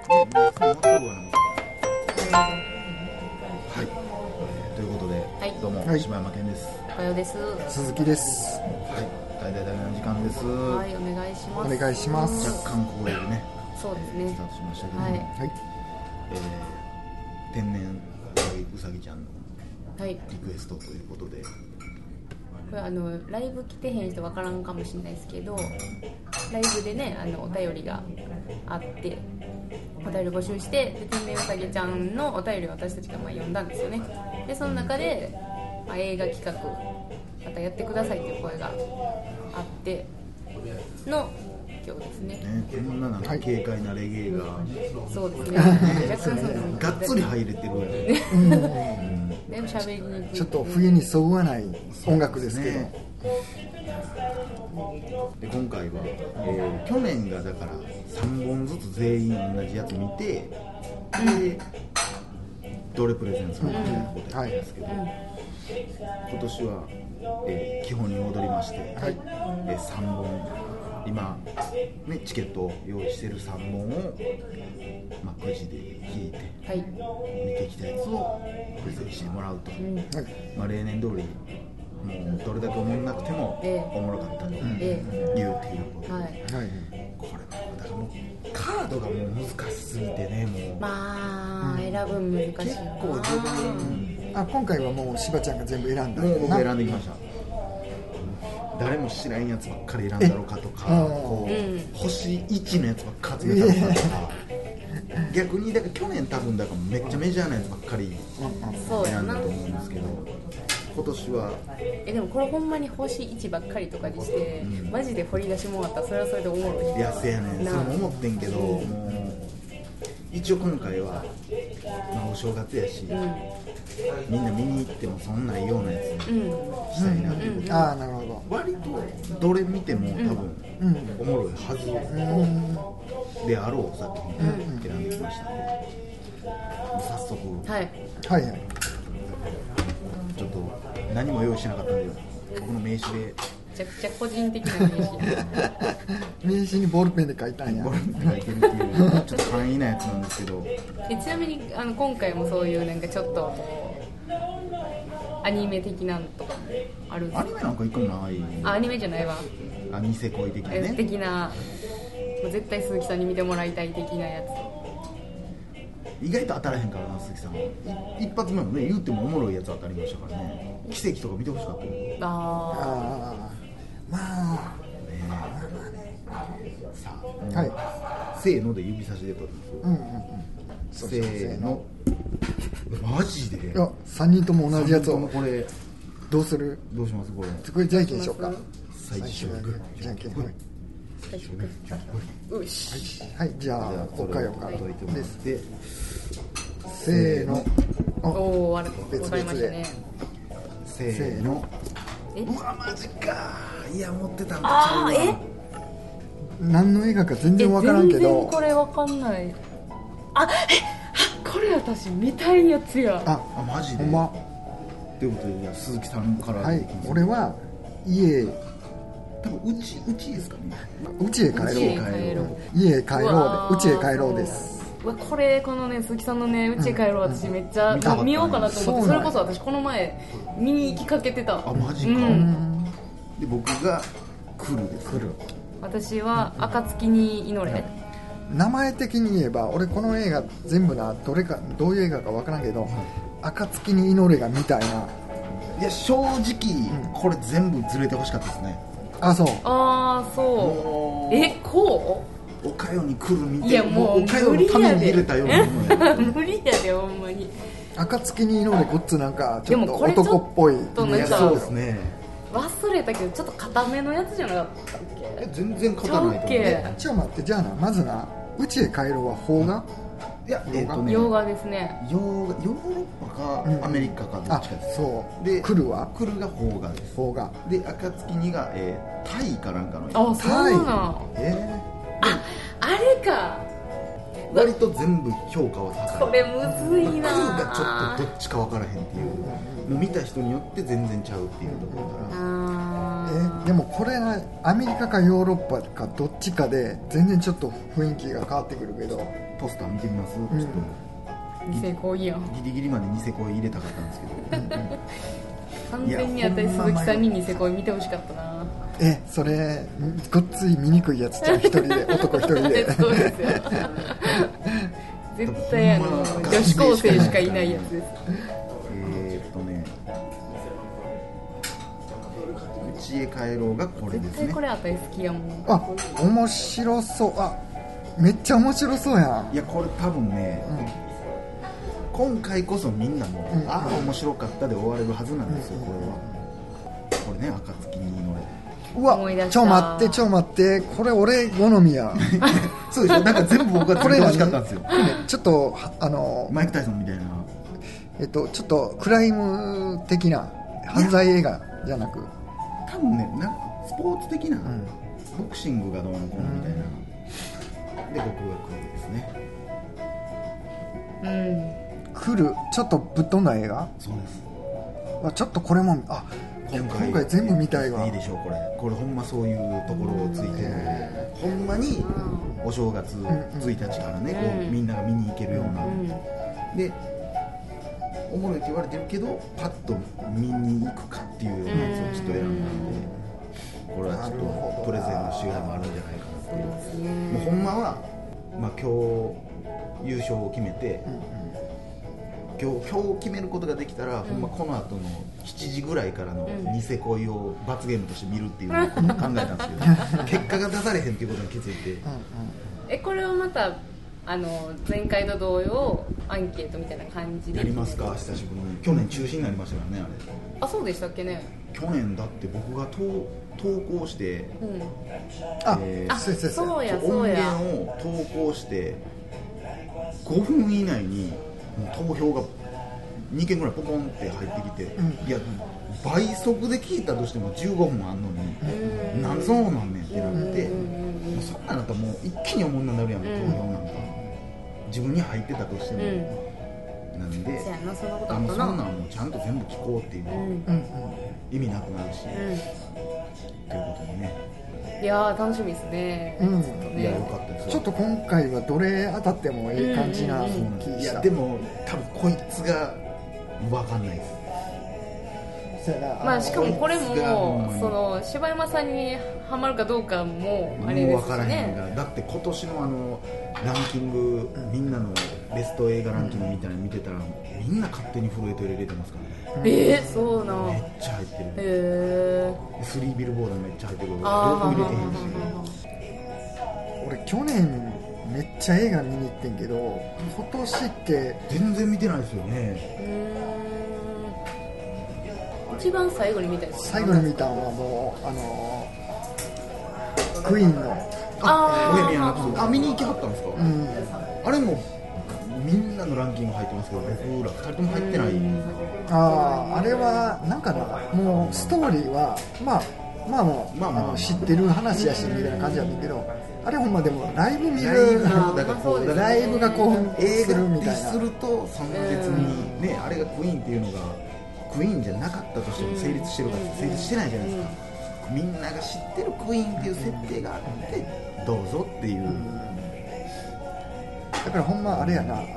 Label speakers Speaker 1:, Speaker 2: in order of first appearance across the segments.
Speaker 1: はい、ということで、はい、どうも、はい、柴山健です。
Speaker 2: かよです。
Speaker 3: 鈴木です。
Speaker 1: はい、大々だけの時間です。
Speaker 2: はい、お願いします。
Speaker 3: お願いします。
Speaker 1: 若干光栄でね、
Speaker 2: そうですね、
Speaker 1: スタートしましたけど、
Speaker 2: はい、
Speaker 1: 天然うさぎちゃんのリクエストということで、
Speaker 2: これライブ来てへん人分からんかもしれないですけど、ライブでねお便りがあってお便り募集して、で天然うさぎちゃんのお便りを私たちが読んだんですよね。でその中で、映画企画またやってくださいという声があっての今日ですね。
Speaker 1: こんななんか軽快なレゲエが、
Speaker 2: そうですね、
Speaker 1: がっつり入れてるやん
Speaker 2: でも喋りにくい、
Speaker 3: ちょっと冬にそぐわない音楽ですけど、
Speaker 1: で今回は、去年がだから3本ずつ全員同じやつ見て、でどれプレゼンするみたいなことやったんですけど、今年は、基本に戻りまして、3本今、ね、チケットを用意している3本を、くじで引いて、見てきたやつをプレゼンしてもらうと、例年通りもうどれだけ思んなくてもおもろかったというっていうことで、これだからもうカードがもう難しすぎてね、もう
Speaker 2: 選ぶの難しいな。
Speaker 1: 結構自分
Speaker 3: 今回はもう柴ちゃんが全部選んだ。
Speaker 1: もう僕選んできました。誰も知らんやつばっかり選んだろうかとか、こう星1のやつばっかり集めたのかとか、逆にだから去年多分だからめっちゃメジャーなやつばっかり選んだと思うんですけど、今年は
Speaker 2: でもこれほんまに星1ばっかりとかにして、マジで掘り出しもらったらそれはそれでおもろい。
Speaker 1: いやせやねん、そう思ってんけど、もう一応今回は、お正月やし、みんな見に行ってもそんないようなやつにしたいなっていうことで、
Speaker 3: なるほど。
Speaker 1: 割とどれ見ても多分、おもろいはずであろう作品を選んできましたので、早速、ちょっと何も用意しなかったんで、僕の名刺で
Speaker 2: めちゃくちゃ個人的な名刺
Speaker 3: 名刺にボールペンで書いたんや。
Speaker 1: ボールペンで書いてるっていうちょっと簡易なやつなんですけど、
Speaker 2: ちなみに今回もそういうなんかちょっとアニメ的なのとかもあるんですか？
Speaker 1: アニメなんか一個もない。
Speaker 2: アニメじゃないわ、
Speaker 1: ニセ恋的なね、
Speaker 2: 的な、もう絶対鈴木さんに見てもらいたい的なやつ。
Speaker 1: 意外と当たらへんからな、鈴木さんは。一発目もね、言うてもおもろいやつ当たりましたからね。奇跡とか見てほしかったよ。さあ、せーので指差しで取るんですよ。せーの。マジで？
Speaker 3: いや、3人とも同じやつを。
Speaker 1: これ
Speaker 3: どうする？
Speaker 1: どうします？こ
Speaker 3: れじゃんけんしようか。
Speaker 1: 最初はグー、
Speaker 3: じゃんけん。
Speaker 2: よし。
Speaker 3: はい、じゃあおかよかです。せーの。
Speaker 2: わかりましたね。
Speaker 1: せーの。うわ、マジか。いや、持ってたんだ。
Speaker 3: 何の映画か全然わからんけど。
Speaker 2: 全然これわかんない。これ私見たいやつや。
Speaker 1: マジで。
Speaker 3: ほんま。
Speaker 1: ということで、鈴木さんから。
Speaker 3: はい、俺は家。
Speaker 1: 多分うちですかね。
Speaker 3: うちへ帰ろう。家へ帰ろうで、うちへ帰ろうです。
Speaker 2: このね、鈴木さんのね、うちへ帰ろう、私めっちゃ見ようかなと思って、それこそ私この前見に行きかけてた。
Speaker 1: マジか。で、僕が来るです。
Speaker 2: 私は暁に祈れ。
Speaker 3: 名前的に言えば、俺この映画全部どういう映画か分からんけど、暁に祈れがみたいな。
Speaker 1: いや、正直、これ全部ずれてほしかったですね。
Speaker 3: そう。
Speaker 2: そう。こ
Speaker 1: うおかよに来るみたいな。
Speaker 2: いや、もう
Speaker 1: おかよのために入れたようなものや。
Speaker 2: 無理やで、ほんまに。
Speaker 3: 暁に祈れこっちなんかちょっと男っぽい。
Speaker 1: そうですね。
Speaker 2: 忘れたけど、ちょっと固めのやつじゃなかったっけ？
Speaker 1: 全然固ないと思う。
Speaker 3: ちょっと待って、じゃあまずうちへ帰ろうは邦画？
Speaker 1: いや、
Speaker 2: 洋画ですね。
Speaker 1: ヨーロッパかアメリカかどっちかです。
Speaker 3: そうで、来るが
Speaker 1: 邦画です。
Speaker 3: 邦画
Speaker 1: で、暁にがタイかなんかの。
Speaker 2: そうなの。あれか。
Speaker 1: 割と全部評価は高い。
Speaker 2: これむずいな。
Speaker 1: クーがちょっとどっちか分からへんっていう。もう見た人によって全然ちゃうっていうところか
Speaker 3: でもこれアメリカかヨーロッパかどっちかで全然ちょっと雰囲気が変わってくるけど、
Speaker 1: ポスター見てみます、ちょっ
Speaker 2: ニセ恋やん。
Speaker 1: とギリギリまでニセ恋入れたかったんですけど
Speaker 2: 完全に私鈴木さんにニセ恋見てほしかったな。
Speaker 3: それごっつい見にくいやつじゃん、一人で男一人で
Speaker 2: そうですよ絶対女子高生しかいないやつです。
Speaker 1: 家へ帰ろうがこれですね。
Speaker 2: 絶対これあたり好きやもん。
Speaker 3: 面白そう。めっちゃ面白そうやん。
Speaker 1: いやこれ多分ね、今回こそみんなも、面白かったで終われるはずなんですよ、これね、暁に祈れ。
Speaker 3: うわ、ちょ待ってこれ俺好みや
Speaker 1: そうでしょ、なんか全部僕はこれ欲しかったんですよ
Speaker 3: ちょっと
Speaker 1: マイク・タイソンみたいな
Speaker 3: ちょっとクライム的な犯罪映画じゃなく、
Speaker 1: 多分ね、なんかスポーツ的な、ボクシングがどうのこうのみたいな、で僕が来るんですね。
Speaker 3: 来る、ちょっとぶっ飛んだ映画。
Speaker 1: そうです。
Speaker 3: ちょっとこれも今回全部見たいわ。
Speaker 1: いいでしょう、これほんまそういうところをついて、ほんまにお正月1日からね、こうみんなが見に行けるような、でおもろいって言われてるけどパッと見に行くかっていうようなやつをちょっと選んだんで、これはちょっとプレゼンのしがいもあるんじゃないかなっていう。もうほんまは、今日優勝を決めて、今日決めることができたら、ほんまこの後の7時ぐらいからのニセ恋を罰ゲームとして見るっていうのを考えたんですけど結果が出されへんっていうことに気づいて、
Speaker 2: これはまた前回と同様アンケートみたいな感じで
Speaker 1: やりますか。久しぶりに。去年中止になりましたからね、あれ。
Speaker 2: そうでしたっけね。
Speaker 1: 去年だって僕が投稿して、
Speaker 2: そうや
Speaker 1: 音源を投稿して5分以内に投票が2件ぐらいポコンって入ってきて、いや倍速で聞いたとしても15分あんのに、なんそうなんねんってなって、そんなんだったらもう一気におもんなになるやん、投票なんか自分に入ってたとしても、なんで
Speaker 2: そん
Speaker 1: なんもちゃんと全部聞こうっていう、意味なくなるし、ということでね。
Speaker 2: いや楽しみですね。
Speaker 1: いやよかったです。
Speaker 3: ちょっと今回はどれ当たってもいい感じな気がした。
Speaker 1: いやでも多分こいつが分かんないです。
Speaker 2: しかもこれもその柴山さんにハマるかどうかもあれですしね。もう分からへんが、
Speaker 1: だって今年のランキング、みんなのベスト映画ランキングみたいなの見てたら、みんな勝手に震えて入れてますからね。
Speaker 2: そうな。
Speaker 1: めっちゃ入ってる。3ビルボードめっちゃ入ってる。両方入れてへんし。
Speaker 3: 俺去年めっちゃ映画見に行ってんけど、今年って
Speaker 1: 全然見てないですよね。
Speaker 2: 一番最後に見たやつ。
Speaker 3: 最後に見たのはもうクイーンの
Speaker 1: ボヘミアン・ラプソディ。見に行きはったんですか。あれもみんなのランキング入ってますけど、僕ら2人とも入ってない。
Speaker 3: あれはなんかな、もうストーリーはまあ知ってる話やしみたいな感じなんだけど、あれほんまでもライブ見る、ライブが興奮するみたいな。
Speaker 1: するとそんな別にね、あれがクイーンっていうのがクイーンじゃなかったとしても成立してるかって成立してないじゃないですか。みんなが知ってるクイーンっていう設定があってどうぞっていう。
Speaker 3: だからほんまあれやな、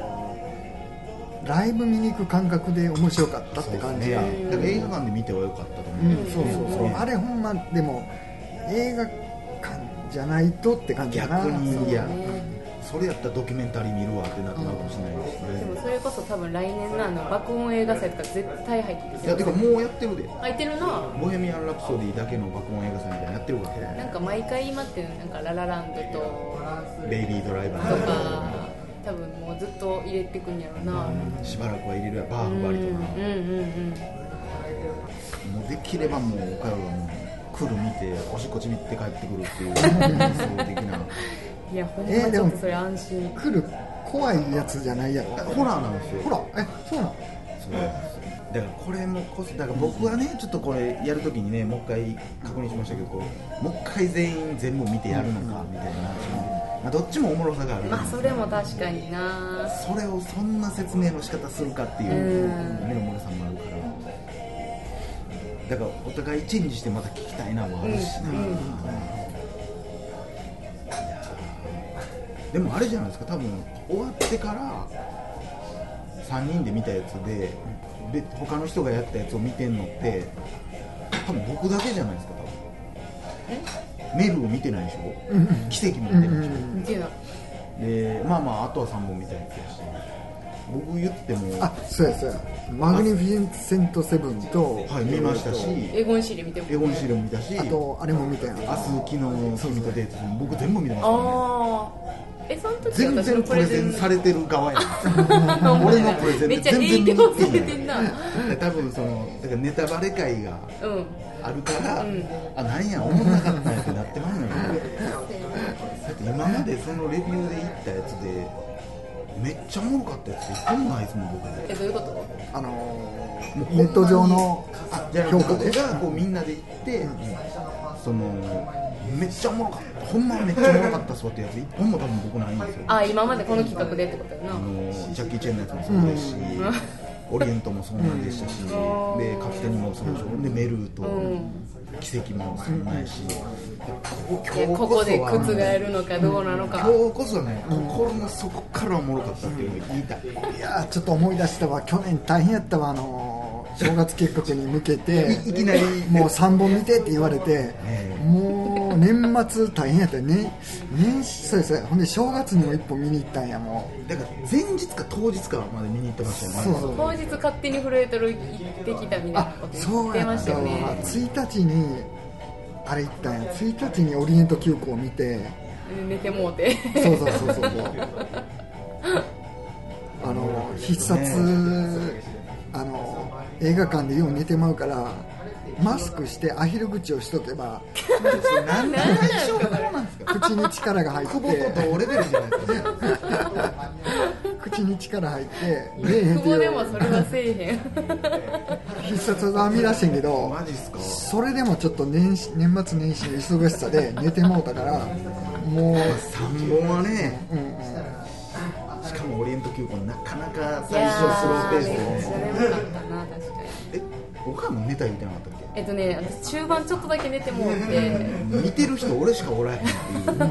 Speaker 3: ライブ見に行く感覚で面白かったって感じが、だ
Speaker 1: から映画館で見てはよかったと思う。
Speaker 3: そうあれほんまでも映画館じゃないとって感じやな。
Speaker 1: 逆にいや、それやったらドキュメンタリー見るわってなってなるかもしれないですね。
Speaker 2: でもそれこそ多分来年の爆音映画祭とか絶対入ってる。
Speaker 1: いやてかもうやってるで。
Speaker 2: 入ってるな。
Speaker 1: ボヘミアン・ラプソディだけの爆音映画祭みたいなやってるから。
Speaker 2: なんか毎回今ってなんかララランドと
Speaker 1: ベイビードライバー
Speaker 2: とか多分もうずっと入れてくんやろな。
Speaker 1: しばらくは入れるやバーフバリとか。もうできればもう岡山はもう来る見ておしっこちびって帰ってくるっていう理想的な。
Speaker 2: いやほんまちょっとそれ安心。
Speaker 3: 来る怖いやつじゃないやろ。
Speaker 1: ホラーなんですよ。
Speaker 3: ホラーそうなの。
Speaker 1: そうだからこれもだから僕はねちょっとこれやるときにねもう一回確認しましたけど、もう一回全員全部見てやるのかみたいな、どっちもおもろさがある。
Speaker 2: それも確かにな。
Speaker 1: それをそんな説明の仕方するかっていう目の漏れさもあるから。 だからお互いチェンジしてまた聞きたいなもあるし、でもあれじゃないですか、多分終わってから3人で見たやつで他の人がやったやつを見てんのって多分僕だけじゃないですか。多分メルを見てないでしょ、奇跡も見てないでしょ、
Speaker 2: 見てない。
Speaker 1: でまああとは3本見たやつやし、僕言っても
Speaker 3: そうやマグニフィセントセブンと
Speaker 1: 見ましたし、
Speaker 2: エゴンシーレ見て
Speaker 1: エゴンシーレも見たし、
Speaker 3: あとあれも見たよ、
Speaker 1: 明日昨日君とデート、僕全部見てますからね。
Speaker 2: その時
Speaker 1: 全然プレゼンされてる側やん俺のプレゼン
Speaker 2: めっちゃ影響されてんな。
Speaker 1: 多分そのだからネタバレ会があるから、なんや思んなかったんやってなってまうのよだって今までそのレビューで言ったやつでめっちゃおもろかったやつ一本もないですもん僕。
Speaker 2: どういうこと？
Speaker 3: ネット上の評価で
Speaker 1: 僕がこうみんなで行って、そのめっちゃおもろかった、ほんまめっちゃおもろかったそうってやつ一本も多分僕ないんですよ。
Speaker 2: 今までこの企画でってことやな。
Speaker 1: ジャッキー・チェンのやつもそうですし、オリエントもそうなんでしたし、でカプテンもそうでしょ、でメルーと奇跡もそうないし、
Speaker 2: ここで覆るのかどうなのか、
Speaker 1: 今日こそね、心の底からおもろかったっていうのを言いたい。
Speaker 3: いやちょっと思い出したわ、去年大変やったわ、正月計画に向けて
Speaker 1: いきなり
Speaker 3: もう3本見てって言われて、もう年末大変やったよね。そうです。ほんで正月にも1本見に行ったんや。もう
Speaker 1: だから前日か当日かまで見に行ってましたよね。
Speaker 2: そう当日勝手に震えとる行ってきたみたいなこと言ってましたよね。
Speaker 3: 1日にあれ行ったんや、1日にオリエント急行を見て
Speaker 2: 寝てもうて
Speaker 3: そう必殺、映画館でよう寝てまうからマスクしてアヒル口をしとけば
Speaker 1: 何なんですか
Speaker 3: 口に力が入って
Speaker 1: 久保と同レベルじゃないですか
Speaker 3: 口に力入って
Speaker 2: 久保でもそれはせえへん
Speaker 3: 必殺技編み出してんけど、
Speaker 1: マジっすか。
Speaker 3: それでもちょっと年末年始の忙しさで寝てもうたからもう
Speaker 1: 3本はね、しかもオリエント急行なかなか最初スローペースでね。岡も寝た言ってなかったっけ？
Speaker 2: 私中盤ちょっとだけ寝てもうて
Speaker 1: 見てる人俺しかおらへんっていうだ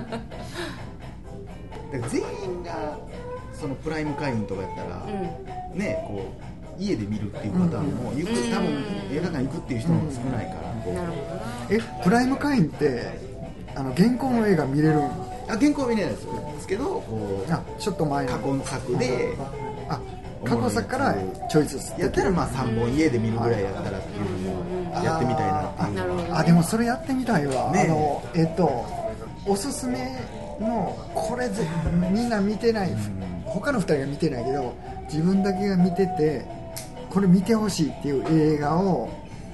Speaker 1: から全員がそのプライム会員とかやったら、ねこう家で見るっていうパターンも多分映画館行くっていう人も少ないから、
Speaker 3: プライム会員って現行の映画見れるん？
Speaker 1: 原稿は見れないですけどこう
Speaker 3: ちょっと前の
Speaker 1: 過去作で
Speaker 3: 過去作からチョイスして
Speaker 1: やったら3本家で見るぐらいやったらっていうのもやってみたいなっていう。
Speaker 3: でもそれやってみたいわ、おすすめのこれみんな見てない、他の2人が見てないけど自分だけが見ててこれ見てほしいっていう映画を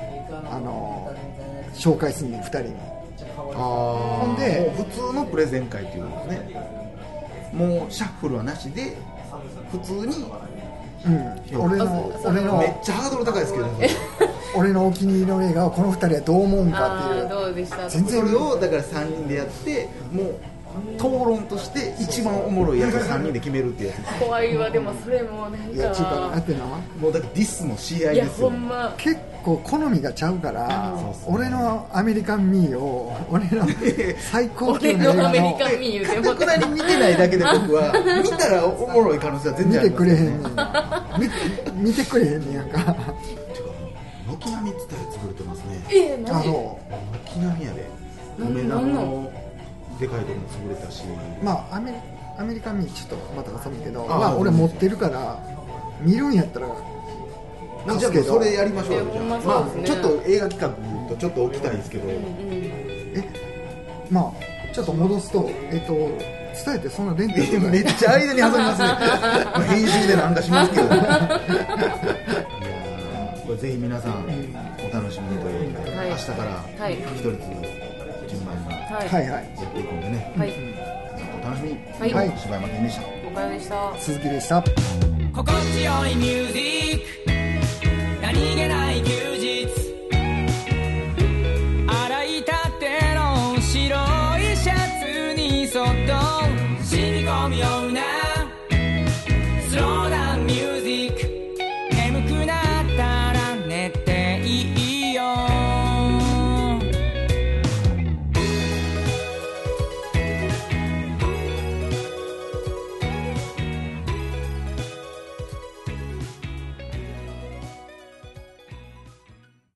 Speaker 3: 紹介するね、2人に。ほんで
Speaker 1: 普通のプレゼン会っていうことですね。もうシャッフルはなしで普通に、
Speaker 3: 俺の
Speaker 1: めっちゃハードル高いですけど
Speaker 3: 俺のお気に入りの映画をこの2人はどう思うんかっていう。
Speaker 2: どうでした？
Speaker 3: 全然
Speaker 1: それをだから3人でやってもう討論として一番おもろいやつを3人で決めるっていうやつです。
Speaker 2: 怖いわ。でもそれもなんか
Speaker 1: もうだってディスの試合ですよ。
Speaker 3: 結構好みがちゃうから、俺のアメリカンミーを俺の最高級の映画の
Speaker 2: 俺のアメリカンミー
Speaker 1: かたくなに見てないだけで僕は見たらおもろい可能性は全然あります。
Speaker 3: 見てくれへんねん見てくれへんねんやんか。
Speaker 1: 軒並みって言ったら潰れてますね。
Speaker 2: マジ？
Speaker 1: 軒並みやで。梅田のでかいとこも潰れたし、
Speaker 3: アメリカンミーちょっとまた遊ぶけど、俺持ってるから見るんやったら
Speaker 1: じゃあそれやりましょうよ。ちょっと映画企画とちょっと置きたいですけど、
Speaker 3: ちょっと戻すと伝えてそんなレンタル
Speaker 1: めっちゃ間に挟みますね編集でなんかしますけどいやこれぜひ皆さんお楽しみにということで、明日から一人ずつ順番にやっていくんでね、お楽しみに。柴山健でした。
Speaker 2: 岡谷でした。
Speaker 3: 鈴木でした。
Speaker 4: 心地よいミュージック、何気ない